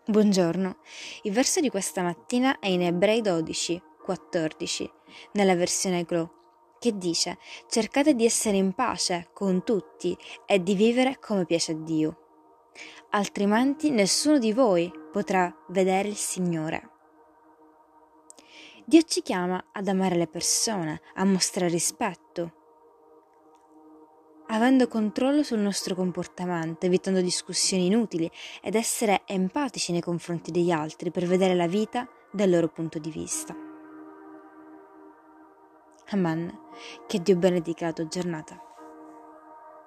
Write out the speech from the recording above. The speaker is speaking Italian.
Buongiorno, il verso di questa mattina è in Ebrei 12, 14, nella versione Glow, che dice: cercate di essere in pace con tutti e di vivere come piace a Dio, altrimenti nessuno di voi potrà vedere il Signore. Dio ci chiama ad amare le persone, a mostrare rispetto, avendo controllo sul nostro comportamento, evitando discussioni inutili ed essere empatici nei confronti degli altri per vedere la vita dal loro punto di vista. Amen. Che Dio benedica la tua giornata.